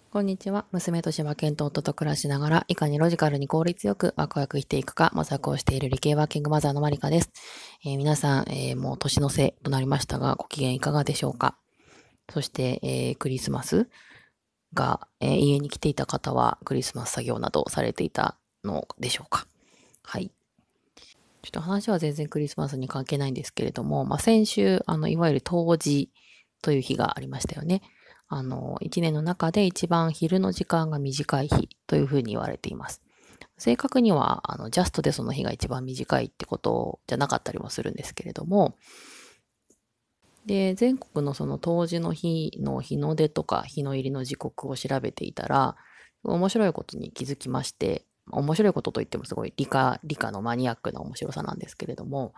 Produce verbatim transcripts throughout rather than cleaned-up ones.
こんにちは。娘と柴犬と夫と暮らしながら、いかにロジカルに効率よくワクワクしていくか模索をしている理系ワーキングマザーのマリカです。えー皆さん、えーもう年の瀬となりましたが、ご機嫌いかがでしょうか？そして、えークリスマスが、えー家に来ていた方は、クリスマス作業などされていたのでしょうか？はい。ちょっと話は全然クリスマスに関係ないんですけれども、まあ、先週、あの、いわゆる冬至という日がありましたよね。あの、一年の中で一番昼の時間が短い日というふうに言われています。正確には、あの、ジャストでその日が一番短いってことじゃなかったりもするんですけれども、で、全国のその冬至の日の日の出とか日の入りの時刻を調べていたら、面白いことに気づきまして、面白いことといってもすごい理科、理科のマニアックな面白さなんですけれども、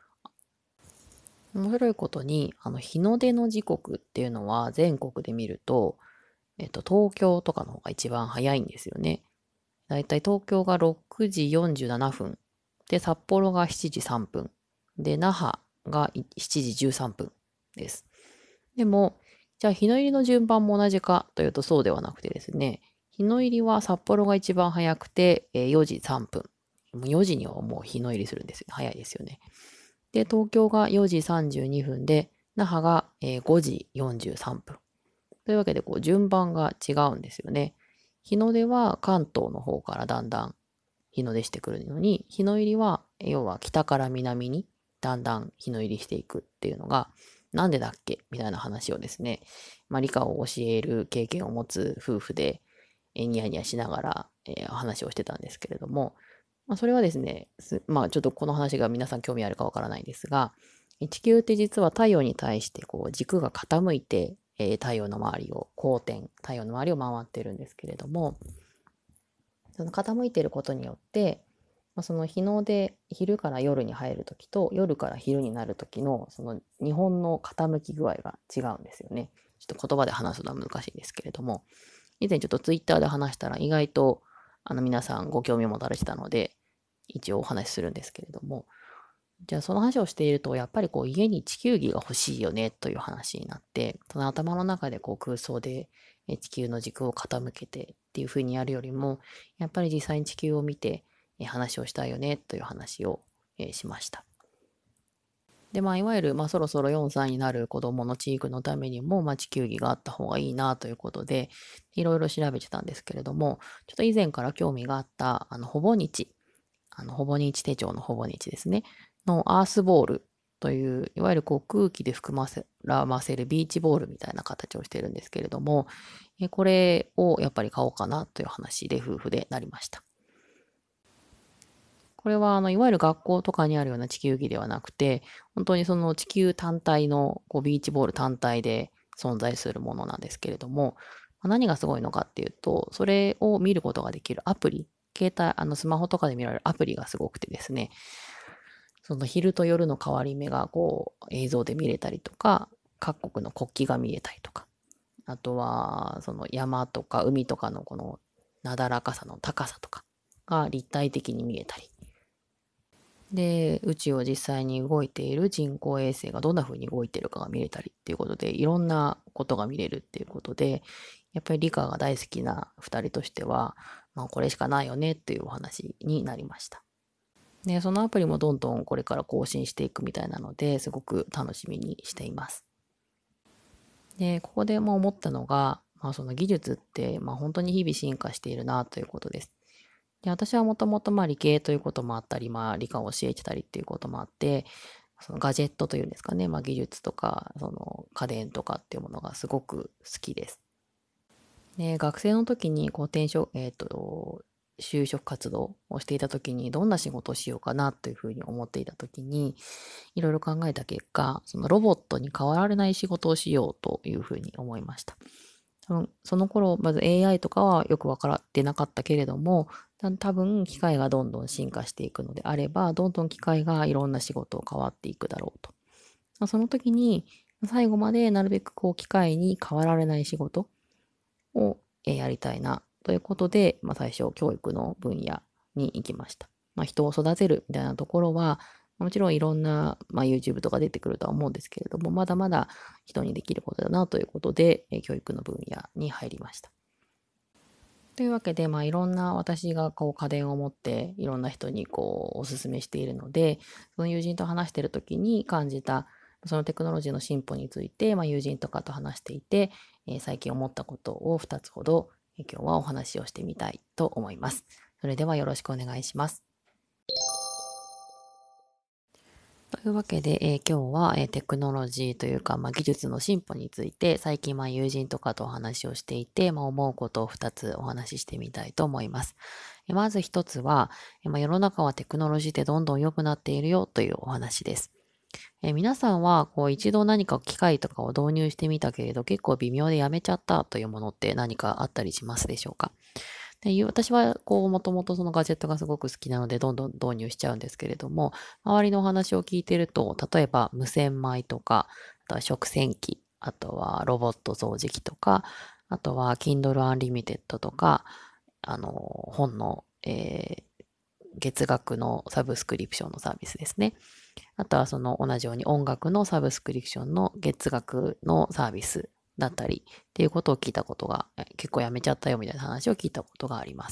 面白いことに、あの、日の出の時刻っていうのは全国で見ると、えっと、東京とかの方が一番早いんですよね。だいたい東京がろくじよんじゅうななふん。で、札幌がしちじさんぷん。で、那覇がしちじじゅうさんぷんです。でも、じゃあ日の入りの順番も同じかというとそうではなくてですね、日の入りは札幌が一番早くてえーよじさんぷん。もうよじにはもう日の入りするんですよ。早いですよね。で、東京がよじさんじゅうにふんで、那覇がえーごじよんじゅうさんぷん。というわけで、こう、順番が違うんですよね。日の出は関東の方からだんだん日の出してくるのに、日の入りは、要は北から南にだんだん日の入りしていくっていうのが、なんでだっけみたいな話をですね、まあ、理科を教える経験を持つ夫婦で、えニヤニヤしながら、えー話をしてたんですけれども、まあ、それはですね、まあ、ちょっとこの話が皆さん興味あるかわからないんですが、地球って実は太陽に対してこう軸が傾いて、えー太陽の周りを公転、太陽の周りを回ってるんですけれども、その傾いてることによって、まあ、その日の出、昼から夜に入るときと夜から昼になるときのその日本の傾き具合が違うんですよね。ちょっと言葉で話すのは難しいんですけれども、以前ちょっとツイッターで話したら意外とあの皆さんご興味を持たれてたので、一応お話しするんですけれども、じゃあその話をしていると、やっぱりこう家に地球儀が欲しいよねという話になって、その頭の中でこう空想で地球の軸を傾けてっていう風にやるよりも、やっぱり実際に地球を見て話をしたいよねという話をしました。で、まあ、いわゆる、まあ、そろそろよんさいになる子供の地域のためにも、まあ、地球儀があった方がいいなということで、いろいろ調べてたんですけれども、ちょっと以前から興味があった、あの、ほぼ日、あの、ほぼ日手帳のほぼ日ですね、のアースボールという、いわゆるこう空気で含ませらませるビーチボールみたいな形をしているんですけれども、これをやっぱり買おうかなという話で夫婦でなりました。これは、あの、いわゆる学校とかにあるような地球儀ではなくて、本当にその地球単体の、こう、ビーチボール単体で存在するものなんですけれども、何がすごいのかっていうと、それを見ることができるアプリ、携帯、あの、スマホとかで見られるアプリがすごくてですね、その昼と夜の変わり目が、こう、映像で見れたりとか、各国の国旗が見れたりとか、あとは、その山とか海とかのこの、なだらかさの高さとかが立体的に見えたり、で、宇宙を実際に動いている人工衛星がどんな風に動いているかが見れたりっていうことで、いろんなことが見れるっていうことで、やっぱり理科が大好きな二人としては、まあこれしかないよねっていうお話になりました。で、そのアプリもどんどんこれから更新していくみたいなので、すごく楽しみにしています。で、ここでも思ったのが、まあその技術って、まあ本当に日々進化しているなということです。で、私はもともとまあ理系ということもあったり、まあ理科を教えてたりっていうこともあって、そのガジェットというんですかね、まあ技術とか、その家電とかっていうものがすごく好きです。で、学生の時にこう転職、えっと、就職活動をしていた時にどんな仕事をしようかなというふうに思っていた時に、いろいろ考えた結果、そのロボットに代わられない仕事をしようというふうに思いました。多分その頃、まず エーアイ とかはよくわからってなかったけれども、多分機械がどんどん進化していくのであれば、どんどん機械がいろんな仕事を変わっていくだろうと。その時に、最後までなるべくこう機械に変わられない仕事をやりたいなということで、まあ、最初教育の分野に行きました。まあ、人を育てるみたいなところは、もちろんいろんな、まあ、YouTube とか出てくるとは思うんですけれども、まだまだ人にできることだなということで、教育の分野に入りました。 というわけで、まあ、いろんな私がこう家電を持っていろんな人にこうお勧めしているので、その友人と話している時に感じたそのテクノロジーの進歩について、まあ、友人とかと話していて、えー最近思ったことをふたつほど、えー今日はお話をしてみたいと思います。それではよろしくお願いします。というわけで、えー今日は、えーテクノロジーというか、まあ、技術の進歩について、最近、まあ、友人とかとお話をしていて、まあ、思うことをふたつお話ししてみたいと思います。えーまずひとつは、えーまあ、世の中はテクノロジーでどんどん良くなっているよというお話です。えー皆さんは、こう、一度何か機械とかを導入してみたけれど、結構微妙でやめちゃったというものって何かあったりしますでしょうか？でいう私は、こう、もともとそのガジェットがすごく好きなので、どんどん導入しちゃうんですけれども、周りのお話を聞いてると、例えば無洗米とか、あとは食洗機、あとはロボット掃除機とか、あとは Kindle Unlimited とか、あの、本の、えー月額のサブスクリプションのサービスですね。あとはその同じように音楽のサブスクリプションの月額のサービスだったりっていうことを聞いたことが、結構やめちゃったよみたいな話を聞いたことがあります。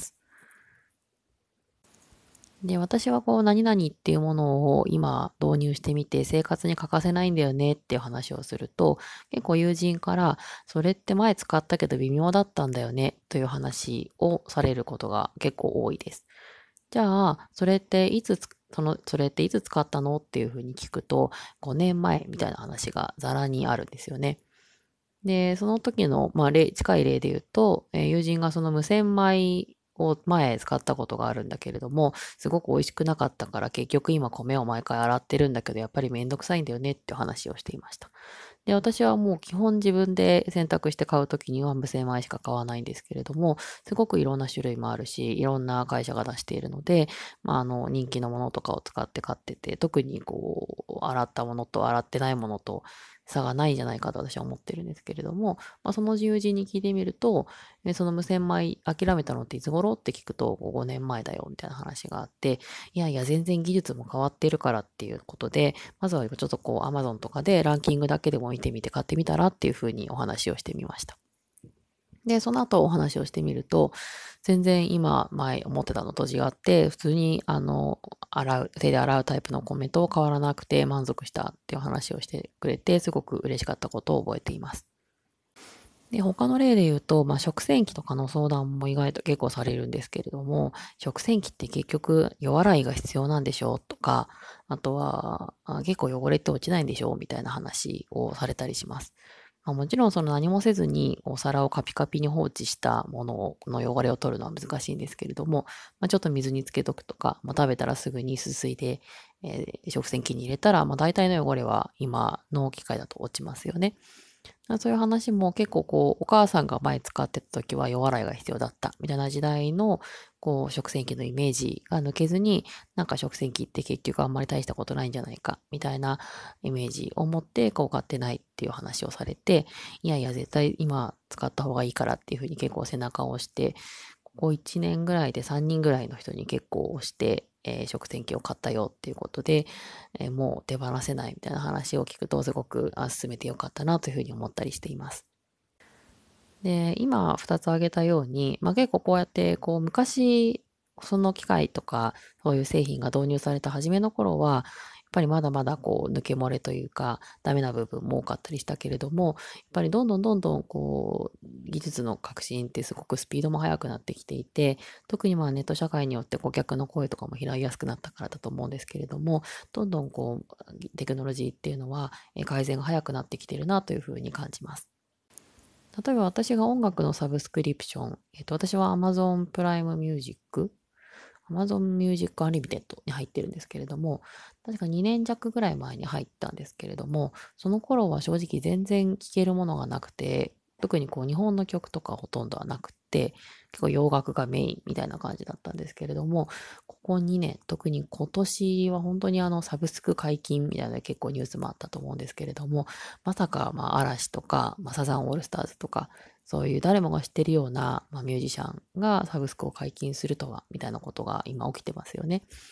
で、私はこう何々っていうものを今導入してみて生活に欠かせないんだよねっていう話をすると、結構友人からそれって前使ったけど微妙だったんだよねという話をされることが結構多いです。じゃあ、それっていつつ、その、それっていつ使ったのっていうふうに聞くと、ごねんまえみたいな話がざらにあるんですよね。で、その時の、まあ、例、近い例で言うと、えー友人がその無洗米を前使ったことがあるんだけれども、すごく美味しくなかったから結局今米を毎回洗ってるんだけど、やっぱりめんどくさいんだよねっていう話をしていました。で、私はもう基本自分で選択して買うときには無洗米しか買わないんですけれども、すごくいろんな種類もあるし、いろんな会社が出しているので、まあ、あの、人気のものとかを使って買ってて、特にこう、洗ったものと洗ってないものと差がないんじゃないかと私は思ってるんですけれども、まあ、その友人に聞いてみると、えその無洗米諦めたのっていつ頃って聞くと、ごねんまえだよみたいな話があって、いやいや、全然技術も変わってるからっていうことで、まずはちょっとこう Amazon とかでランキングだけでも見てみて買ってみたらっていうふうにお話をしてみました。で、その後お話をしてみると、全然今前思ってたのと違って、普通にあの、洗う、手で洗うタイプの米と変わらなくて満足したっていう話をしてくれて、すごく嬉しかったことを覚えています。で、他の例で言うと、まあ、食洗機とかの相談も意外と結構されるんですけれども、食洗機って結局、夜洗いが必要なんでしょうとか、あとは、あ結構汚れって落ちないんでしょうみたいな話をされたりします。まあ、もちろんその何もせずにお皿をカピカピに放置したものの汚れを取るのは難しいんですけれども、まあ、ちょっと水につけとくとか、まあ、食べたらすぐにすすいで、えー食洗機に入れたら、まあ、大体の汚れは今の機械だと落ちますよね。そういう話も結構こう、お母さんが前使ってた時は夜洗いが必要だったみたいな時代のこう、食洗機のイメージが抜けずに、なんか食洗機って結局あんまり大したことないんじゃないかみたいなイメージを持ってこう買ってないっていう話をされて、いやいや絶対今使った方がいいからっていうふうに結構背中を押して、ここいちねんぐらいでさんにんぐらいの人に結構押して、えー食洗機を買ったよっていうことで、えーもう手放せないみたいな話を聞くとすごく、あ、進めてよかったなというふうに思ったりしています。で、今ふたつ挙げたように、まあ、結構こうやってこう昔、その機械とかそういう製品が導入された初めの頃は、やっぱりまだまだこう抜け漏れというか、ダメな部分も多かったりしたけれども、やっぱりどんどんどんどんこう、技術の革新ってすごくスピードも速くなってきていて、特にまあネット社会によって顧客の声とかも拾いやすくなったからだと思うんですけれども、どんどんこう、テクノロジーっていうのはえ改善が早くなってきてるなというふうに感じます。例えば私が音楽のサブスクリプション、えっと、私は Amazon プライムミュージック、Amazon Music Unlimited に入ってるんですけれども、確かにねん弱ぐらい前に入ったんですけれども、その頃は正直全然聴けるものがなくて、特にこう日本の曲とかほとんどはなくて、結構洋楽がメインみたいな感じだったんですけれども、ここにねん、特に今年は本当にあのサブスク解禁みたいな結構ニュースもあったと思うんですけれども、まさかまあ嵐とか、まあ、サザンオールスターズとか、そういう誰もが知ってるような、まあ、ミュージシャンがサブスクを解禁するとは、みたいなことが今起きてますよね。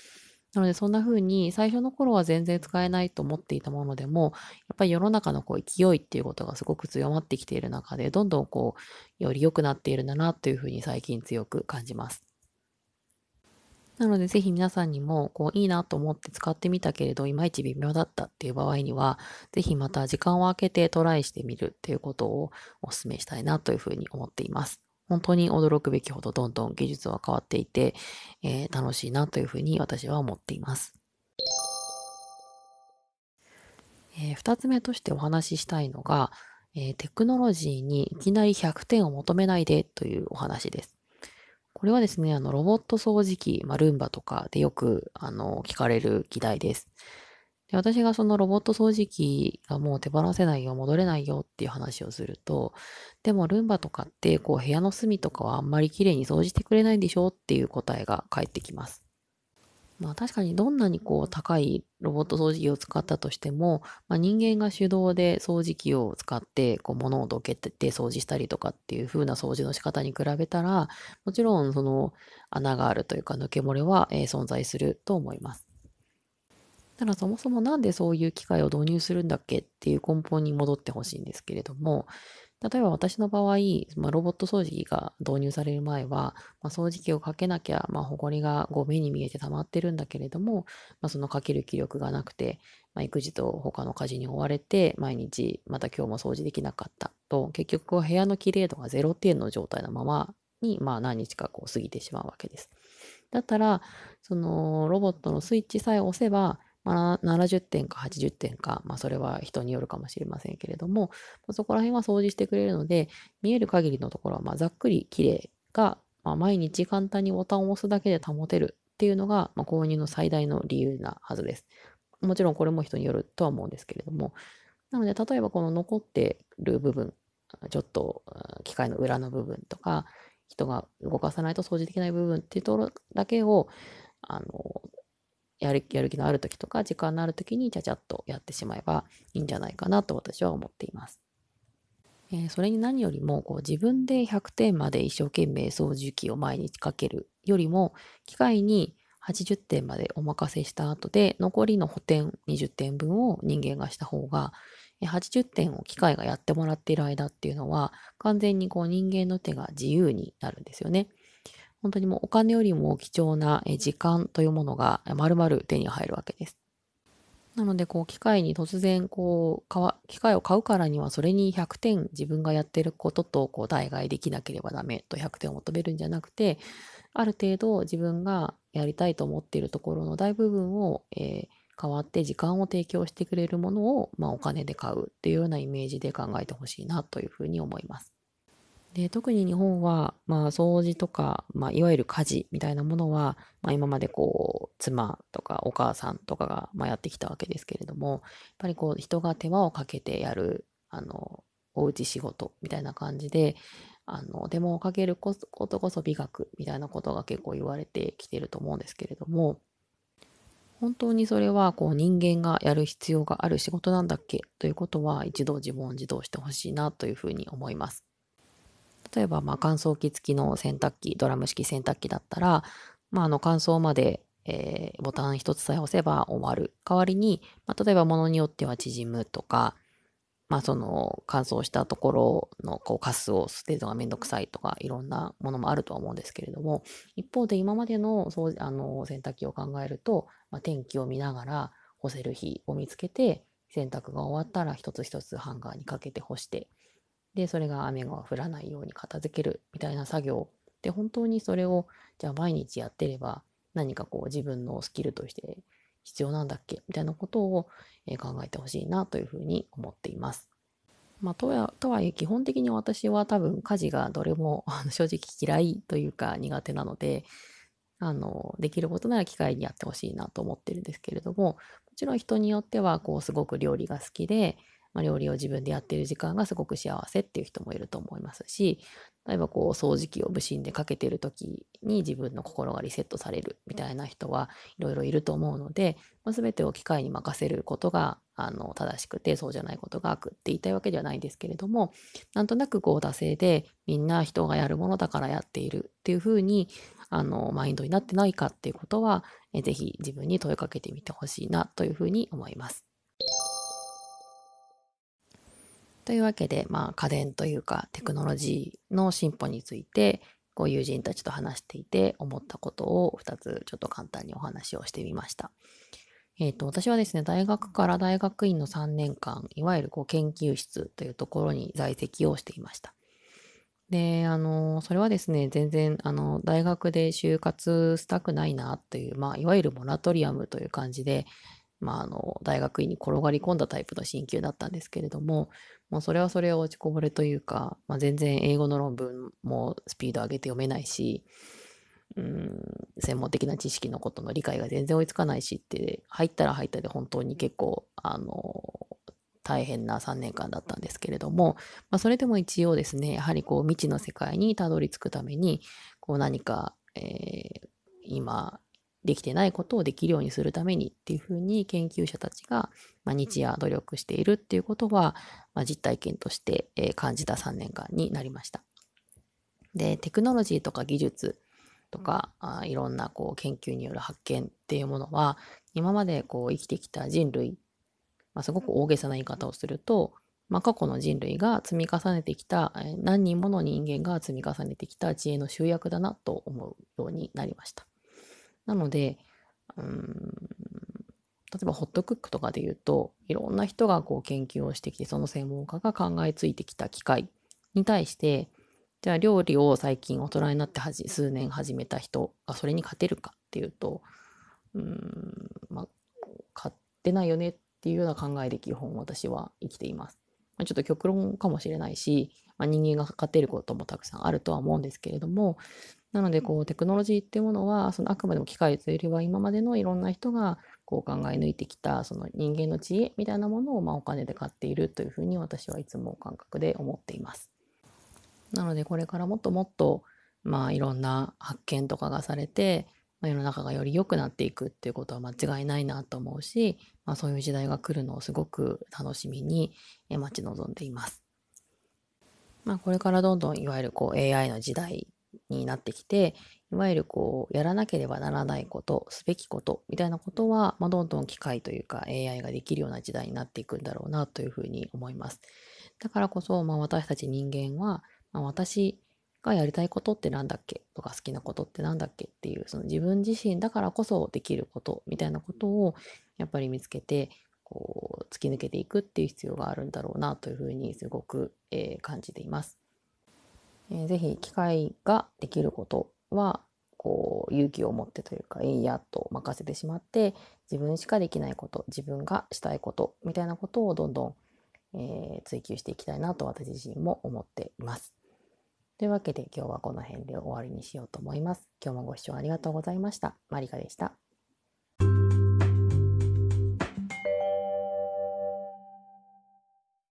なのでそんな風に最初の頃は全然使えないと思っていたものでも、やっぱり世の中のこう勢いっていうことがすごく強まってきている中で、どんどんこう、より良くなっているんだなという風に最近強く感じます。なのでぜひ皆さんにも、こういいなと思って使ってみたけれど、いまいち微妙だったっていう場合には、ぜひまた時間を空けてトライしてみるっていうことをお勧めしたいなという風に思っています。本当に驚くべきほどどんどん技術は変わっていて、えー楽しいなという風に私は思っています。えー二つ目としてお話ししたいのが、えーテクノロジーにいきなりひゃくてんを求めないでというお話です。これはですね、あの、ロボット掃除機、まあ、ルンバとかでよく、あの、聞かれる議題です。で、私がそのロボット掃除機がもう手放せないよ、戻れないよっていう話をすると、でもルンバとかって、こう、部屋の隅とかはあんまり綺麗に掃除してくれないんでしょっていう答えが返ってきます。まあ確かにどんなにこう高いロボット掃除機を使ったとしても、まあ、人間が手動で掃除機を使ってこう物をどけて掃除したりとかっていう風な掃除の仕方に比べたら、もちろんその穴があるというか抜け漏れは、えー存在すると思います。ただそもそもなんでそういう機械を導入するんだっけっていう根本に戻ってほしいんですけれども、例えば私の場合、まあ、ロボット掃除機が導入される前は、まあ、掃除機をかけなきゃ、まあ、埃がこう目に見えて溜まってるんだけれども、まあ、そのかける気力がなくて、まあ、育児と他の家事に追われて、毎日また今日も掃除できなかったと、結局こう部屋の綺麗度がゼロてんの状態のままに、まあ、何日かこう過ぎてしまうわけです。だったら、そのロボットのスイッチさえ押せば、まあ、ななじゅってんかはちじゅってんか、まあ、それは人によるかもしれませんけれども、そこら辺は掃除してくれるので、見える限りのところは、まあ、ざっくり綺麗が、まあ、毎日簡単にボタンを押すだけで保てるっていうのが、まあ、購入の最大の理由なはずです。もちろんこれも人によるとは思うんですけれども、なので、例えばこの残ってる部分、ちょっと機械の裏の部分とか、人が動かさないと掃除できない部分っていうところだけを、あの、やるやる気のある時とか、時間のある時にちゃちゃっとやってしまえばいいんじゃないかなと私は思っています。えーそれに何よりも、こう自分でひゃくてんまで一生懸命掃除機を毎日かけるよりも、機械にはちじゅってんまでお任せした後で、残りの補填にじゅってんぶんを人間がした方が、えーはちじゅってんを機械がやってもらっている間っていうのは、完全にこう人間の手が自由になるんですよね。本当にもうお金よりも貴重なえー時間というものが丸々手に入るわけです。なので、こう、機械に突然、こう、かわ機械を買うからには、それにひゃくてん自分がやってることと、こう、代替できなければダメとひゃくてんを求めるんじゃなくて、ある程度自分がやりたいと思っているところの大部分を、えー代わって時間を提供してくれるものを、まあ、お金で買うっていうようなイメージで考えてほしいなというふうに思います。で、特に日本は、まあ、掃除とか、まあ、いわゆる家事みたいなものは、まあ、今までこう、妻とかお母さんとかが、まあ、やってきたわけですけれども、やっぱりこう、人が手間をかけてやる、あの、おうち仕事みたいな感じで、あの、手間をかけるこそことこそ美学みたいなことが結構言われてきてると思うんですけれども、本当にそれはこう人間がやる必要がある仕事なんだっけということは一度自問自答してほしいなというふうに思います。例えば、まあ、乾燥機付きの洗濯機、ドラム式洗濯機だったら、まあ、あの、乾燥まで、えーボタン一つさえ押せば終わる。代わりに、まあ、例えば物によっては縮むとか、まあ、その、乾燥したところの、こう、カスを捨てるのがめんどくさいとか、いろんなものもあるとは思うんですけれども、一方で今までの掃除、あの、洗濯機を考えると、まあ、天気を見ながら干せる日を見つけて、洗濯が終わったら一つ一つハンガーにかけて干して、で、それが雨が降らないように片付けるみたいな作業で、本当にそれを、じゃあ毎日やってれば、何かこう自分のスキルとして必要なんだっけみたいなことをえー考えてほしいなというふうに思っています。まあ、とは、とはいえ基本的に私は多分家事がどれもあの正直嫌いというか苦手なので、あの、できることなら機械にやってほしいなと思ってるんですけれども、もちろん人によっては、こう、すごく料理が好きで、まあ、料理を自分でやっている時間がすごく幸せっていう人もいると思いますし、例えばこう、掃除機を無心でかけている時に自分の心がリセットされるみたいな人はいろいろいると思うので、まあ、全てを機械に任せることが、 あの正しくて、そうじゃないことが悪って言いたいわけではないんですけれども、なんとなくこう惰性でみんな人がやるものだからやっているっていうふうにあのマインドになってないかっていうことは、えぜひ自分に問いかけてみてほしいなというふうに思います。というわけで、まあ、家電というかテクノロジーの進歩について、こう友人たちと話していて思ったことをふたつちょっと簡単にお話をしてみました。えっと、私はですね、大学から大学院のさんねんかん、いわゆるこう研究室というところに在籍をしていました。で、あの、それはですね、全然、あの、大学で就活したくないなという、まあ、いわゆるモラトリアムという感じで、まあ、あの、大学院に転がり込んだタイプの進級だったんですけれども、もうそれはそれは落ちこぼれというか、まあ、全然英語の論文もスピード上げて読めないし、うん、専門的な知識のことの理解が全然追いつかないしって、入ったら入ったで本当に結構、あの、大変なさんねんかんだったんですけれども、まあ、それでも一応ですね、やはりこう未知の世界にたどり着くために、こう何か、えー今できてないことをできるようにするためにっていうふうに研究者たちが、まあ、日夜努力しているっていうことは、まあ、実体験として、えー感じたさんねんかんになりました。で、テクノロジーとか技術とか、あいろんなこう研究による発見っていうものは、今までこう生きてきた人類、まあ、すごく大げさな言い方をすると、まあ、過去の人類が積み重ねてきた、えー何人もの人間が積み重ねてきた知恵の集約だなと思うようになりました。なので、うーん、例えばホットクックとかで言うと、いろんな人がこう研究をしてきて、その専門家が考えついてきた機械に対して、じゃあ料理を最近大人になってはじ数年始めた人がそれに勝てるかっていうと、うーん、まあ、勝ってないよねっていうような考えで基本私は生きています。まあ、ちょっと極論かもしれないし、まあ、人間が勝てることもたくさんあるとは思うんですけれども、なのでこうテクノロジーっていうものは、そのあくまでも機械というよりは今までのいろんな人がこう考え抜いてきたその人間の知恵みたいなものをまあお金で買っているというふうに私はいつも感覚で思っています。なのでこれからもっともっとまあいろんな発見とかがされて、まあ、世の中がより良くなっていくっていうことは間違いないなと思うし、まあ、そういう時代が来るのをすごく楽しみに待ち望んでいます。まあ、これからどんどんいわゆるこう エーアイ の時代になってきて、いわゆるこうやらなければならないこと、すべきことみたいなことは、まあ、どんどん機械というか エーアイ ができるような時代になっていくんだろうなというふうに思います。だからこそ、まあ、私たち人間は、まあ、私がやりたいことってなんだっけとか好きなことってなんだっけっていう、その自分自身だからこそできることみたいなことをやっぱり見つけて、こう突き抜けていくっていう必要があるんだろうなというふうにすごく、えー感じています。えーぜひ機械ができることはこう勇気を持ってというか、いいやと任せてしまって、自分しかできないこと、自分がしたいことみたいなことをどんどん、えー追求していきたいなと私自身も思っています。というわけで今日はこの辺で終わりにしようと思います。今日もご視聴ありがとうございました。マリカでした。